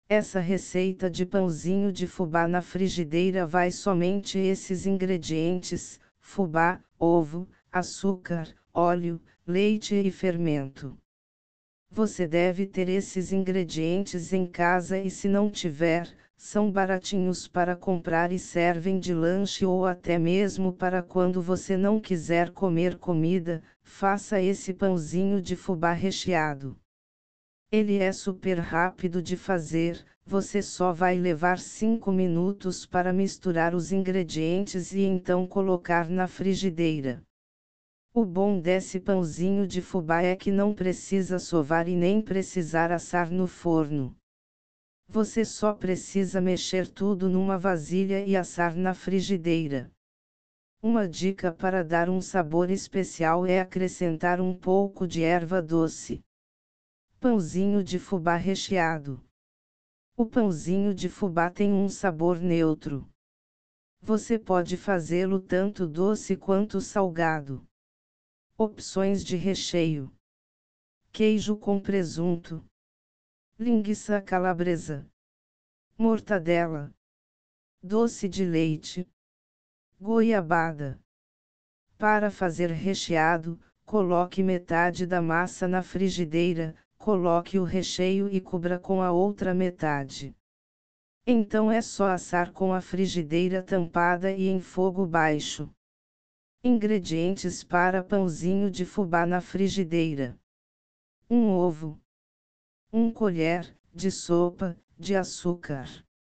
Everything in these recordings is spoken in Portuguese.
Essa receita de pãozinho de fubá na frigideira vai somente esses ingredientes: fubá, ovo, açúcar, óleo, leite e fermento. Você deve ter esses ingredientes em casa e se não tiver, são baratinhos para comprar e servem de lanche ou até mesmo para quando você não quiser comer comida, faça esse pãozinho de fubá recheado. Ele é super rápido de fazer, você só vai levar 5 minutos para misturar os ingredientes e então colocar na frigideira. O bom desse pãozinho de fubá é que não precisa sovar e nem precisar assar no forno. Você só precisa mexer tudo numa vasilha e assar na frigideira. Uma dica para dar um sabor especial é acrescentar um pouco de erva doce. Pãozinho de fubá recheado. O pãozinho de fubá tem um sabor neutro. Você pode fazê-lo tanto doce quanto salgado. Opções de recheio: queijo com presunto, linguiça calabresa, mortadela, doce de leite, goiabada. Para fazer recheado, coloque metade da massa na frigideira, coloque o recheio e cubra com a outra metade. Então é só assar com a frigideira tampada e em fogo baixo. Ingredientes para pãozinho de fubá na frigideira: 1 ovo, 1 colher de sopa de açúcar,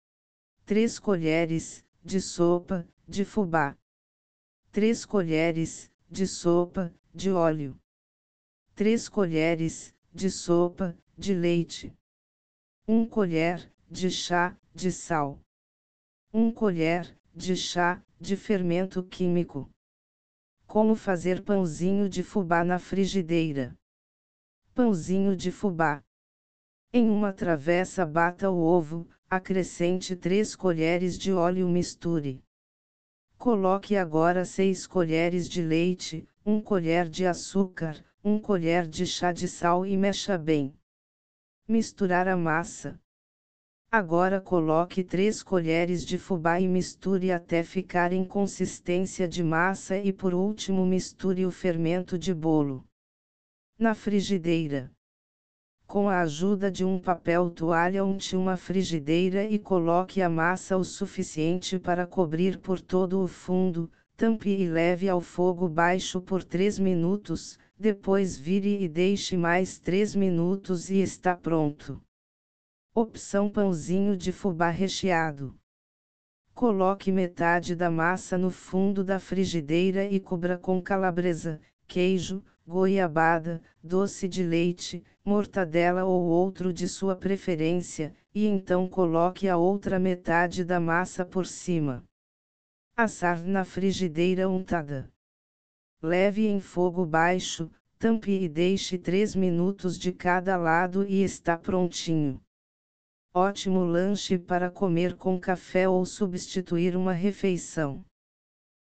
3 colheres de sopa de fubá, 3 colheres de sopa de óleo, 3 colheres de sopa de leite, 1 colher de chá de sal, 1 colher de chá de fermento químico. Como fazer pãozinho de fubá na frigideira? Pãozinho de fubá. Em uma travessa bata o ovo, acrescente 3 colheres de óleo, misture. Coloque agora 6 colheres de leite, 1 colher de açúcar, 1 colher de chá de sal e mexa bem. Misturar a massa. Agora coloque 3 colheres de fubá e misture até ficar em consistência de massa e por último misture o fermento de bolo. Na frigideira. Com a ajuda de um papel toalha unte uma frigideira e coloque a massa o suficiente para cobrir por todo o fundo, tampe e leve ao fogo baixo por 3 minutos, depois vire e deixe mais 3 minutos e está pronto. Opção pãozinho de fubá recheado. Coloque metade da massa no fundo da frigideira e cubra com calabresa, queijo, goiabada, doce de leite, mortadela ou outro de sua preferência, e então coloque a outra metade da massa por cima. Assar na frigideira untada. Leve em fogo baixo, tampe e deixe 3 minutos de cada lado e está prontinho. Ótimo lanche para comer com café ou substituir uma refeição.